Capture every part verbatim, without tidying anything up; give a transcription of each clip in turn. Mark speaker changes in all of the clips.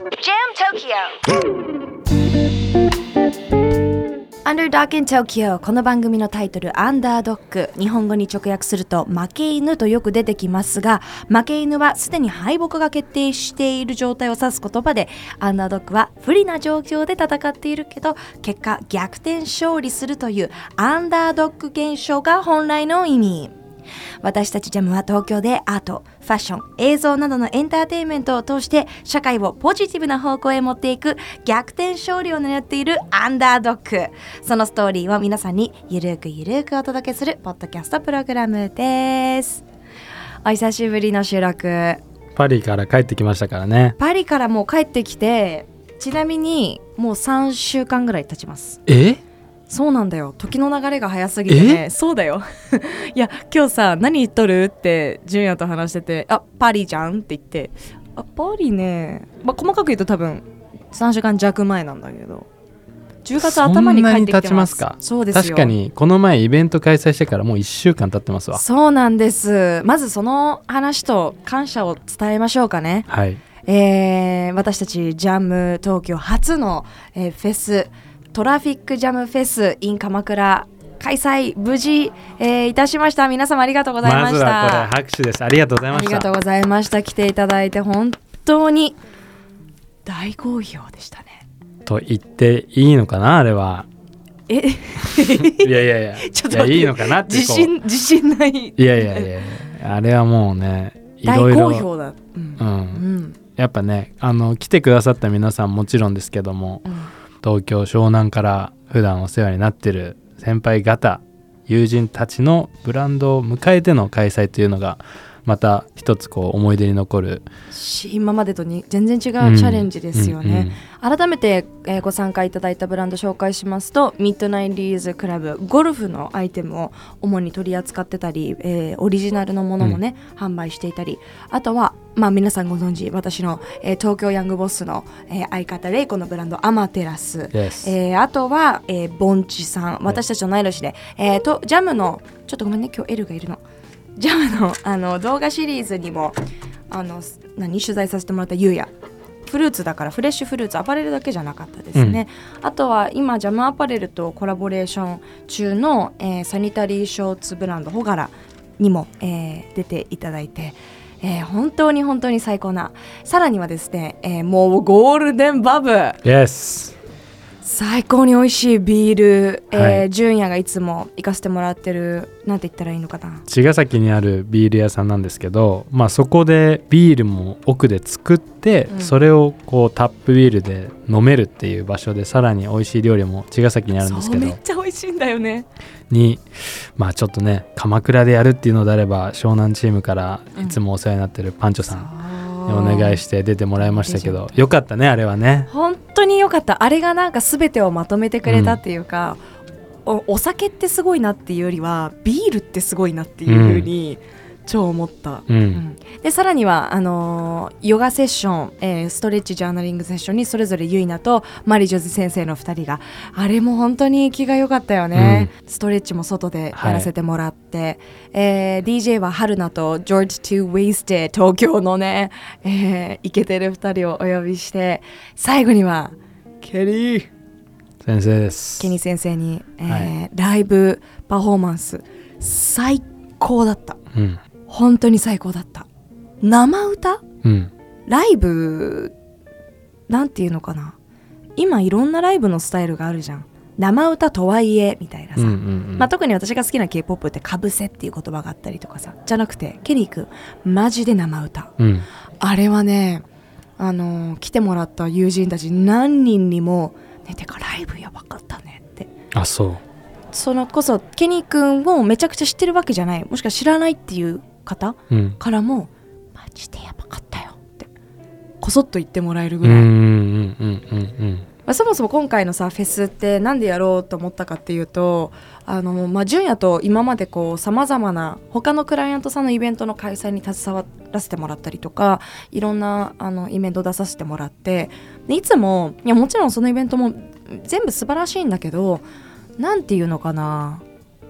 Speaker 1: Underdog in Tokyo。 この番組のタイトルアンダードッグ、日本語に直訳すると負け犬とよく出てきますが、負け犬はすでに敗北が決定している状態を指す言葉で、アンダードッグは不利な状況で戦っているけど結果逆転勝利するというアンダードッグ現象が本来の意味。私たちジャムは東京でアート、ファッション、映像などのエンターテインメントを通して社会をポジティブな方向へ持っていく逆転勝利を狙っているアンダードッグ。そのストーリーを皆さんにゆるくゆるくお届けするポッドキャストプログラムです。お久しぶりの収録。
Speaker 2: パリから帰ってきましたからね。
Speaker 1: パリからもう帰ってきて、ちなみにもうさんしゅうかんぐらい経ちます。
Speaker 2: え？
Speaker 1: そうなんだよ、時の流れが早すぎてね。そうだよいや今日さ何言っとるって純也と話してて、あパリじゃんって言って、あパリね、まあ、細かく言うと多分さんしゅうかん弱前なんだけど、じゅうがつ頭に帰ってきてます。そんなに経ちますか？そうですよ。
Speaker 2: 確かにこの前イベント開催してからもういっしゅうかん経ってますわ。
Speaker 1: そうなんです。まずその話と感謝を伝えましょうかね。
Speaker 2: はい。
Speaker 1: えー、私たちジャム東京初の、えー、フェス、トラフィックジャムフェス in 鎌倉開催無事、えー、いたしました。皆様ありがとうございました。
Speaker 2: まずはこれ拍手です。ありがとうございました。
Speaker 1: ありがとうございました。来ていただいて本当に大好評でしたね。
Speaker 2: と言っていいのかな、あれは。
Speaker 1: えい
Speaker 2: やいやいや
Speaker 1: ちょっと待って、
Speaker 2: いやいいのかなって、
Speaker 1: 自信自信ない。
Speaker 2: いやいやいやあれはもうね、い
Speaker 1: 大
Speaker 2: ろいろ
Speaker 1: 好評だ。うん、
Speaker 2: うん
Speaker 1: うん、
Speaker 2: やっぱね、あの来てくださった皆さんもちろんですけども、うん、東京湘南から普段お世話になってる先輩方、友人たちのブランドを迎えての開催というのがまた一つこう思い出に残る
Speaker 1: し、今までとに全然違うチャレンジですよね、うんうんうん、改めて、えー、ご参加いただいたブランド紹介しますと、ミッドナインリーズクラブ、ゴルフのアイテムを主に取り扱ってたり、えー、オリジナルのものもね、うん、販売していたり、あとはまあ、皆さんご存知、私の、えー、東京ヤングボスの、えー、相方でこのブランドアマテラス、
Speaker 2: yes.
Speaker 1: えー、あとは、えー、ボンチさん、私たちの同い年で、えー、とジャムのちょっとごめんね、今日 L がいるの、ジャム の, あの動画シリーズにもあの何取材させてもらったゆうや、フルーツだからフレッシュフルーツ、アパレルだけじゃなかったですね、うん、あとは今ジャムアパレルとコラボレーション中の、えー、サニタリーショーツブランドホガラにも、えー、出ていただいて、えー、本当に本当に最高な、さらにはですね、えー、もうゴールデンバブ、
Speaker 2: yes.
Speaker 1: 最高に美味しいビール、はい、えー、純也がいつも行かせてもらってる、なんて言ったらいいのかな、
Speaker 2: 茅ヶ崎にあるビール屋さんなんですけど、まあ、そこでビールも奥で作って、うん、それをこうタップビールで飲めるっていう場所で、さらに美味しい料理も茅ヶ崎にあるんですけど、
Speaker 1: めっちゃ美味しいんだよね
Speaker 2: に、まあちょっとね、鎌倉でやるっていうのであれば、湘南チームからいつもお世話になってるパンチョさんにお願いして出てもらいましたけど、よかったね、あれはね。
Speaker 1: 本当によかった。あれがなんか全てをまとめてくれたっていうか、うん、お, お酒ってすごいなっていうよりはビールってすごいなっていう風に超思った、
Speaker 2: うんうん、
Speaker 1: でさらにはあのー、ヨガセッション、えー、ストレッチジャーナリングセッションにそれぞれユイナとマリジョゼ先生のふたりが、あれも本当に気が良かったよね、うん、ストレッチも外でやらせてもらって、はい、えー、ディージェー は春菜とジョージ・トゥ・ウェイステ東京のね、えー、イケてるふたりをお呼びして、最後にはケリー
Speaker 2: 先生です。
Speaker 1: ケニー先生に、えーはい、ライブパフォーマンス最高だった、うん、本当に最高だった。生歌、うん、ライブなんていうのかな、今いろんなライブのスタイルがあるじゃん。生歌とはいえみたいなさ、うんうんうん、まあ、特に私が好きな K-ポップ ってかぶせっていう言葉があったりとかさ、じゃなくてケニーくんマジで生歌、うん、あれはね、あのー、来てもらった友人たち何人にもね、てかライブやばかったねって。
Speaker 2: あ、そう。
Speaker 1: そのこそケニー君をめちゃくちゃ知ってるわけじゃない、もしくは知らないっていう方からも、うん、マジでやばかったよってこそっと言ってもらえるぐらい。うんうんうんうん、まあ、そもそも今回のさフェスってなんでやろうと思ったかっていうと、あの、まあ、純也と今までこうさまざまな他のクライアントさんのイベントの開催に携わらせてもらったりとか、いろんなあのイベント出させてもらって、でいつもいやもちろんそのイベントも全部素晴らしいんだけど、なんていうのかな、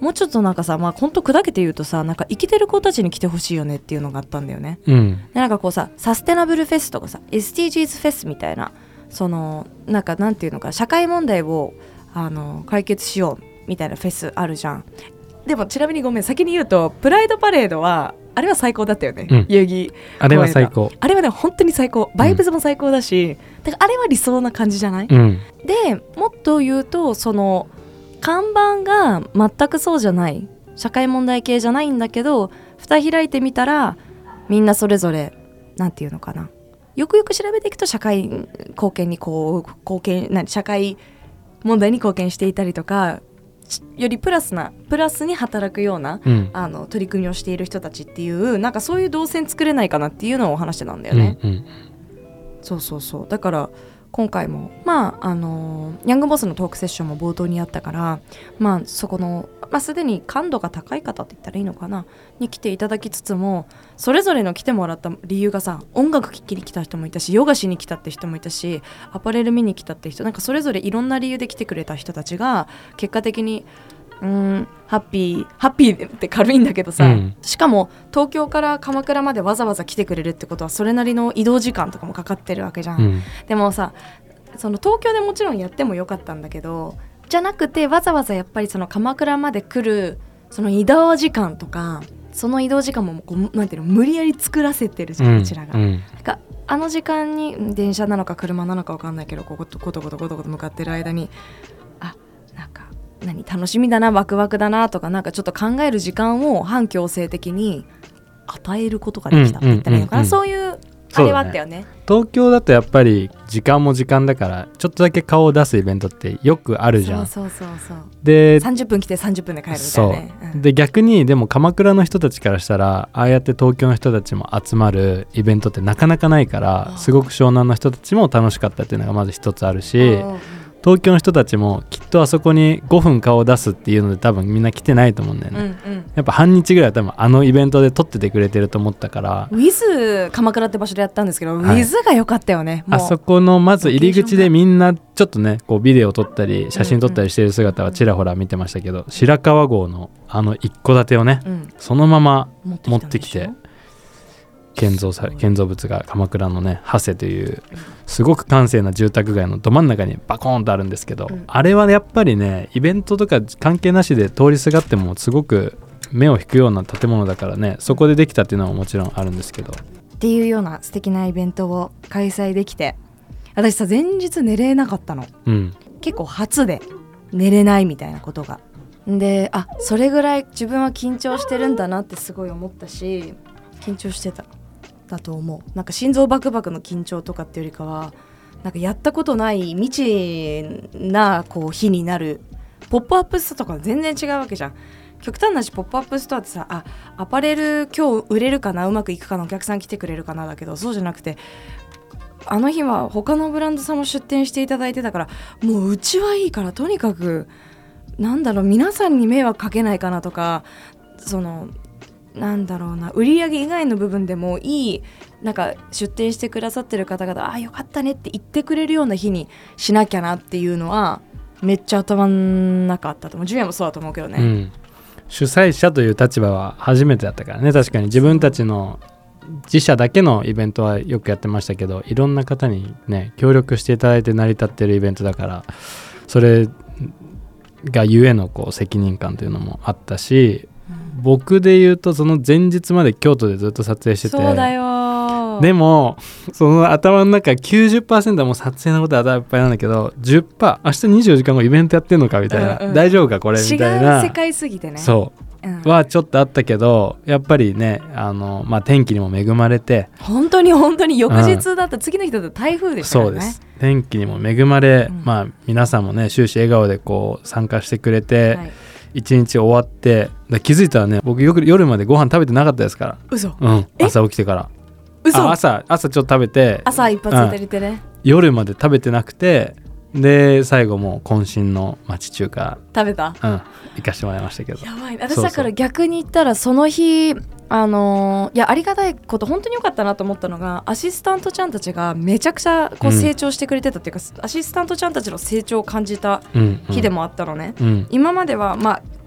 Speaker 1: もうちょっとなんかさ、まあ本当砕けて言うとさ、なんか生きてる子たちに来てほしいよねっていうのがあったんだよね。
Speaker 2: うん、
Speaker 1: でなんかこうさ、サステナブルフェスとかさ エスディージーズ フェスみたいな、そのなんかなんていうのか、社会問題をあの解決しようみたいなフェスあるじゃん。でもちなみにごめん、先に言うとプライドパレードはあれは最高だったよね、うん、遊戯
Speaker 2: あれは最高。
Speaker 1: あれはね本当に最高、バイブズも最高だし、うん、だからあれは理想な感じじゃない、うん、でもっと言うと、その看板が全くそうじゃない、社会問題系じゃないんだけど、蓋開いてみたらみんなそれぞれなんていうのかな、よくよく調べていくと社会貢献にこう貢献何社会問題に貢献していたりとか、よりプラスなプラスに働くような、うん、あの取り組みをしている人たちっていう、なんかそういう動線作れないかなっていうのを話してたんだよね、うんうん、そうそうそう。だから今回もまああのヤングボスのトークセッションも冒頭にあったから、まあそこの、まあ、すでに感度が高い方って言ったらいいのかなに来ていただきつつも、それぞれの来てもらった理由がさ、音楽聴きに来た人もいたし、ヨガしに来たって人もいたし、アパレル見に来たって人、なんかそれぞれいろんな理由で来てくれた人たちが結果的にうーんハッピーハッピーって軽いんだけどさ、うん、しかも東京から鎌倉までわざわざ来てくれるってことはそれなりの移動時間とかもかかってるわけじゃん、うん、でもさ、その東京でもちろんやってもよかったんだけど、じゃなくてわざわざやっぱりその鎌倉まで来るその移動時間とか、その移動時間もこうなんていうの、無理やり作らせてるじゃん、うちらが、うん、なんかあの時間に電車なのか車なのか分かんないけど、こことことことことこと向かってる間に、あ、なんか何楽しみだな、ワクワクだなとか、なんかちょっと考える時間を反強制的に与えることができたって言ったらいいのかな、うんうんうんうん、そういうあれはあったよね。
Speaker 2: 東京だとやっぱり時間も時間だから、ちょっとだけ顔を出すイベントってよくあるじゃん。
Speaker 1: そうそうそうそう。
Speaker 2: で
Speaker 1: さんじゅっぷん来てさんじゅっぷんで帰るみたいなね。
Speaker 2: そう、うん、で逆にでも鎌倉の人たちからしたら、ああやって東京の人たちも集まるイベントってなかなかないから、すごく湘南の人たちも楽しかったっていうのがまず一つあるし、東京の人たちもきっとあそこにごふん顔を出すっていうので多分みんな来てないと思うんだよね、うんうん、やっぱ半日ぐらいは多分あのイベントで撮っててくれてると思ったから、
Speaker 1: ウィズ鎌倉って場所でやったんですけど、はい、ウィズが良かったよね。もう
Speaker 2: あそこのまず入り口でみんなちょっとねこうビデオ撮ったり写真撮ったりしてる姿はちらほら見てましたけど、うんうん、白川郷のあの一戸建てをね、うん、そのまま持ってきて建造さ建造物が鎌倉のね長谷というすごく閑静な住宅街のど真ん中にバコーンとあるんですけど、うん、あれはやっぱりねイベントとか関係なしで通りすがってもすごく目を引くような建物だからね、そこでできたっていうのはもちろんあるんですけど
Speaker 1: っていうような素敵なイベントを開催できて、私さ前日寝れなかったの、うん、結構初で寝れないみたいなことがで、あそれぐらい自分は緊張してるんだなってすごい思ったし、緊張してただと思う。なんか心臓バクバクの緊張とかっていうよりかは、なんかやったことない未知なこう日になる。ポップアップストアとか全然違うわけじゃん。極端な話ポップアップストアってさ、あアパレル今日売れるかな、うまくいくかな、お客さん来てくれるかなだけど、そうじゃなくてあの日は他のブランドさんも出店していただいてたから、もううちはいいからとにかくなんだろう、皆さんに迷惑かけないかなとか、そのなんだろうな、売り上げ以外の部分でもいい、なんか出店してくださってる方々、あよかったねって言ってくれるような日にしなきゃなっていうのはめっちゃ頭んなかったと思う。ジュニアもそうだと思うけどね、うん、
Speaker 2: 主催者という立場は初めてだったからね。確かに自分たちの自社だけのイベントはよくやってましたけど、いろんな方にね協力していただいて成り立ってるイベントだから、それがゆえのこう責任感というのもあったし、僕で言うとその前日まで京都でずっと撮影してて、
Speaker 1: そうだよ。
Speaker 2: でもその頭の中 きゅうじゅっパーセント はもう撮影のことは頭いっぱいなんだけど じゅっパーセント 明日にじゅうよじかんごイベントやってんのかみたいな、うんうん、大丈夫かこれみたいな、
Speaker 1: 違う世界すぎてね、
Speaker 2: そう、うん、はちょっとあったけど、やっぱりねあの、まあ、天気にも恵まれて、
Speaker 1: 本当に本当に翌日だった、うん、次の日だった台風でしたからね。
Speaker 2: そうです、天気にも恵まれ、うん、まあ皆さんもね終始笑顔でこう参加してくれて、はい、一日終わって、気づいたらね僕よく夜までご飯食べてなかったですから。
Speaker 1: 嘘、
Speaker 2: うん、朝起きてから
Speaker 1: 嘘
Speaker 2: 朝朝ちょっと食べて、
Speaker 1: 朝一発当てれてね、うん、
Speaker 2: 夜まで食べてなくて、で最後もう渾身の町中華
Speaker 1: 食べた、
Speaker 2: うん、行かしてもらいましたけど、
Speaker 1: やばい、私だから逆に言ったらその日あのー、いやありがたいこと本当に良かったなと思ったのが、アシスタントちゃんたちがめちゃくちゃこう成長してくれてたっていうか、うん、アシスタントちゃんたちの成長を感じた日でもあったのね、うんうん、今まではまあ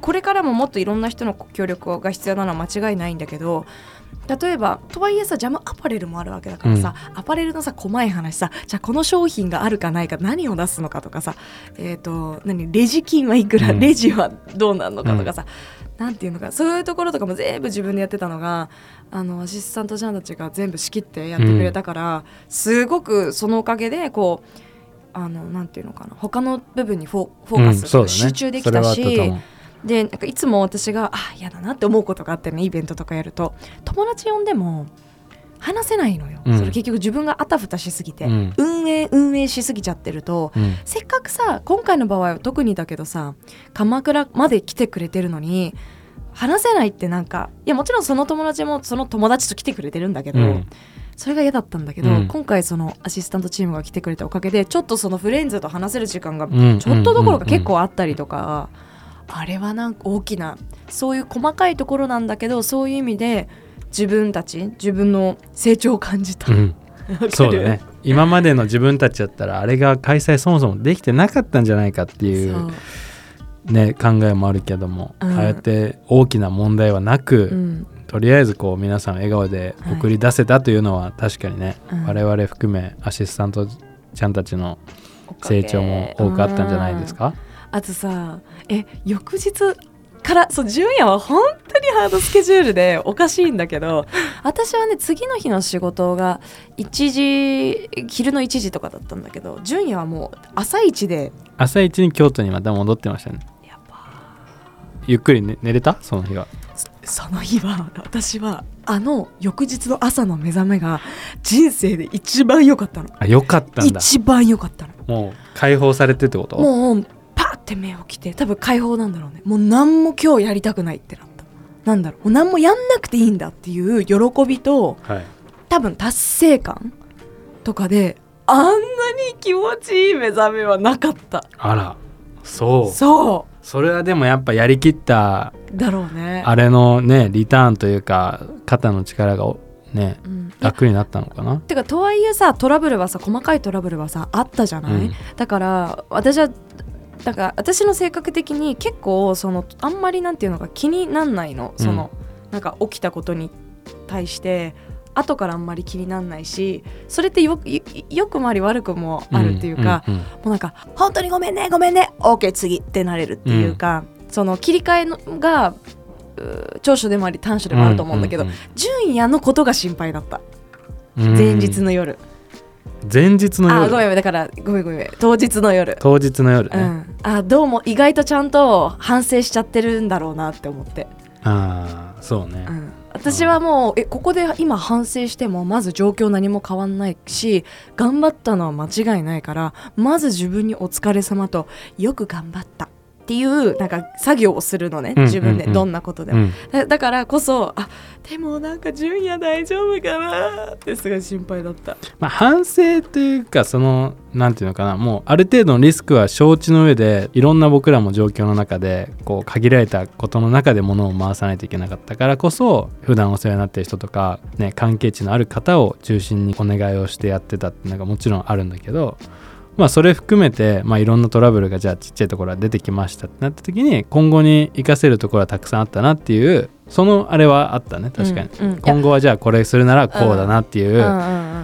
Speaker 1: これからももっといろんな人の協力が必要なのは間違いないんだけど、例えばとはいえさジャムアパレルもあるわけだからさ、うん、アパレルのさ細い話さ、じゃあこの商品があるかないか何を出すのかとかさ、えーと何レジ金はいくら、うん、レジはどうなるのかとかさ、うん、なんていうのか、そういうところとかも全部自分でやってたのが、あのアシスタントちゃんたちが全部仕切ってやってくれたから、うん、すごくそのおかげでこうあのなんていうのかな、他の部分にフォ、フォーカス、うんね、集中できたし、でなんかいつも私があ嫌だなって思うことがあってね、イベントとかやると友達呼んでも話せないのよ、うん、それ結局自分があたふたしすぎて、うん、運営運営しすぎちゃってると、うん、せっかくさ今回の場合は特にだけどさ鎌倉まで来てくれてるのに話せないってなんか、いやもちろんその友達もその友達と来てくれてるんだけど、うんそれが嫌だったんだけど、うん、今回そのアシスタントチームが来てくれたおかげでちょっとそのフレンズと話せる時間がちょっとどころか結構あったりとか、あれはなんか大きなそういう細かいところなんだけど、そういう意味で自分たち自分の成長を感じた、うん、
Speaker 2: そうだね。今までの自分たちだったらあれが開催そもそもできてなかったんじゃないかっていうね、考えもあるけども、うん、ああやって大きな問題はなく、うんとりあえずこう皆さん笑顔で送り出せたというのは確かにね、はい、我々含めアシスタントちゃんたちの成長も多くあったんじゃないですか。
Speaker 1: あとさえ翌日からそう純也は本当にハードスケジュールでおかしいんだけど私はね次の日の仕事がいちじ昼のいちじとかだったんだけど、純也はもう朝一で
Speaker 2: 朝一に京都にまた戻ってましたね。やばゆっくり、ね、寝れたその日は。
Speaker 1: その日は私はあの翌日の朝の目覚めが人生で一番良かったの。
Speaker 2: あ、良かったんだ。
Speaker 1: 一番良かったの。
Speaker 2: もう解放されてってこと？
Speaker 1: もうパッて目を起きて多分解放なんだろうね。もう何も今日やりたくないってなった。なんだろう、もう何もやんなくていいんだっていう喜びと、はい、多分達成感とかであんなに気持ちいい目覚めはなかった。
Speaker 2: あら、そう
Speaker 1: そう
Speaker 2: それはでもやっぱやりきった
Speaker 1: だろうね。
Speaker 2: あれのねリターンというか肩の力がね、うん、楽になったのかな。
Speaker 1: てかとはいえさトラブルはさ細かいトラブルはさあったじゃない、うん、だから私はだから私の性格的に結構そのあんまりなんていうのか気になんないの、その、うん、なんか起きたことに対して後からあんまり気になんないし、それってよく、よくもあり悪くもあるっていうか、うんうんうん、もうなんか本当にごめんねごめんね OK 次ってなれるっていうか、うん、その切り替えのが長所でもあり短所でもあると思うんだけど、うんうんうん、純也のことが心配だった。前日の夜
Speaker 2: 前日の夜
Speaker 1: あごめんだからごめんごめん当日の夜
Speaker 2: 当日の夜ね、
Speaker 1: うん、あどうも意外とちゃんと反省しちゃってるんだろうなって思って。
Speaker 2: あそうね、
Speaker 1: うん、私はもうえここで今反省してもまず状況何も変わんないし頑張ったのは間違いないから、まず自分にお疲れ様とよく頑張ったっていうなんか作業をするのね、自分で、うんうんうん、どんなことでも、うん、だ, だからこそあでもなんか純也大丈夫かなってすごい心配だった。
Speaker 2: まあ、反省というかそのなんていうのかな、もうある程度のリスクは承知の上でいろんな僕らも状況の中でこう限られたことの中で物を回さないといけなかったからこそ普段お世話になっている人とか、ね、関係値のある方を中心にお願いをしてやってたってのがもちろんあるんだけど、まあ、それ含めて、まあ、いろんなトラブルがじゃあちっちゃいところが出てきましたってなった時に今後に活かせるところはたくさんあったなっていうそのあれはあったね確かに、うんうん、今後はじゃあこれするならこうだなっていう、うんうんうん、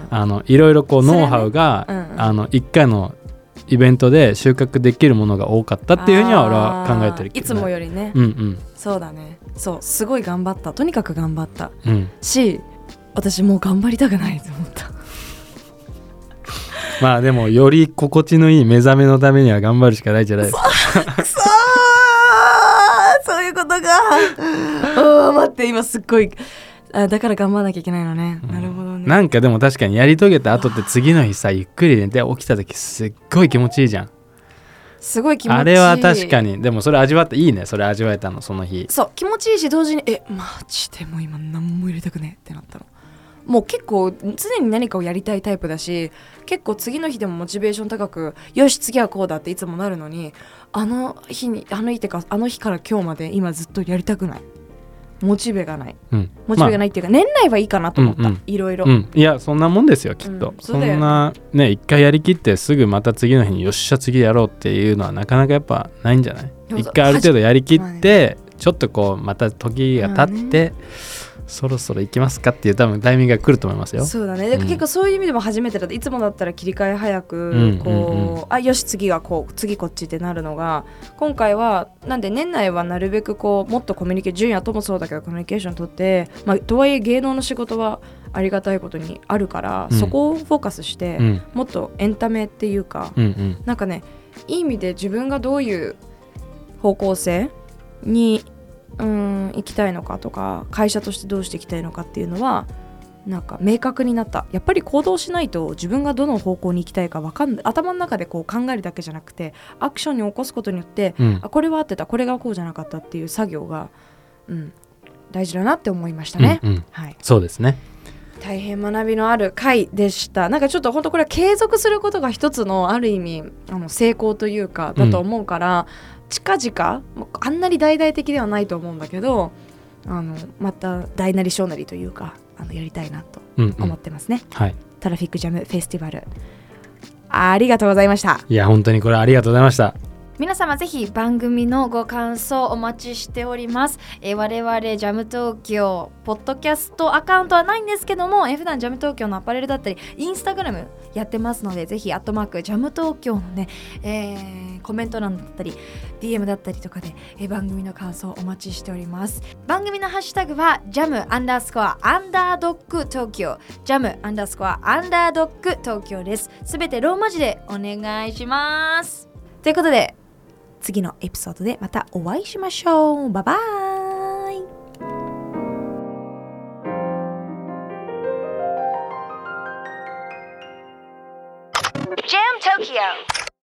Speaker 2: あのいろいろこうノウハウが、ねうんうん、あのいっかいのイベントで収穫できるものが多かったっていうふうには俺は考えてるけど、ね、
Speaker 1: いつもよりね、
Speaker 2: うんうん、
Speaker 1: そうだね、そうすごい頑張った、とにかく頑張った、うん、し私もう頑張りたくないと思った
Speaker 2: まあでもより心地のいい目覚めのためには頑張るしかないじゃないですか
Speaker 1: くそーそういうことかあ待って今すっごいあだから頑張らなきゃいけないのね、うん、なるほどね。
Speaker 2: なんかでも確かにやり遂げた後って次の日さゆっくり寝て起きた時すっごい気持ちいいじゃん。
Speaker 1: すごい気持ちいい。
Speaker 2: あれは確かにでもそれ味わっていいね、それ味わえたのその日。
Speaker 1: そう気持ちいいし同時にえマジでもう今何も入れたくねってなったの。もう結構常に何かをやりたいタイプだし結構次の日でもモチベーション高くよし次はこうだっていつもなるのにあの日にあの日ってかあの日から今日まで今ずっとやりたくないモチベがない、
Speaker 2: うん、
Speaker 1: モチベがないっていうか、まあ、年内はいいかなと思った、
Speaker 2: うんうん、
Speaker 1: いろいろ、
Speaker 2: うん、いやそんなもんですよきっと、
Speaker 1: うん、
Speaker 2: そんなね一回やりきってすぐまた次の日によっしゃ次やろうっていうのはなかなかやっぱないんじゃない？一回ある程度やりきってちょっとこうまた時が経って、まあね、そろそろ行きますかっていう多分タイミングが来ると思いますよ。
Speaker 1: そうだね、で、うん、結構そういう意味でも初めてだといつもだったら切り替え早く、うん、こう、うんうん、あよし次はこう次こっちってなるのが今回はなんで年内はなるべくこうもっとコミュニケーション、純也ともそうだけどコミュニケーション取って、まあ、とはいえ芸能の仕事はありがたいことにあるから、うん、そこをフォーカスして、うん、もっとエンタメっていうか、うんうん、なんかねいい意味で自分がどういう方向性にうん行きたいのかとか会社としてどうしていきたいのかっていうのはなんか明確になった。やっぱり行動しないと自分がどの方向に行きたいか分かんない。頭の中でこう考えるだけじゃなくてアクションに起こすことによって、うん、あこれは合ってたこれがこうじゃなかったっていう作業が、うん、大事だなって思いましたね、
Speaker 2: うんうん
Speaker 1: はい、
Speaker 2: そうですね。
Speaker 1: 大変学びのある回でした。なんかちょっと本当これは継続することが一つのある意味あの成功というかだと思うから、うん、近々あんなに大々的ではないと思うんだけどあのまた大なり小なりというかあのやりたいなと思ってますね、
Speaker 2: うんうんはい、
Speaker 1: トラフィックジャムフェスティバルありがとうございました。
Speaker 2: いや本当にこれありがとうございました。
Speaker 1: 皆様ぜひ番組のご感想お待ちしております。えー、我々ジャム東京ポッドキャストアカウントはないんですけども、えー、普段ジャム東京のアパレルだったりインスタグラムやってますのでぜひアットマークジャム東京のね、えー、コメント欄だったり ディーエム だったりとかで、えー、番組の感想お待ちしております。番組のハッシュタグはジャムアンダースコアアンダードッグ東京ジャムアンダースコアアンダードッグ東京です。すべてローマ字でお願いします。ということで次のエピソードでまたお会いしましょう。バイバイ。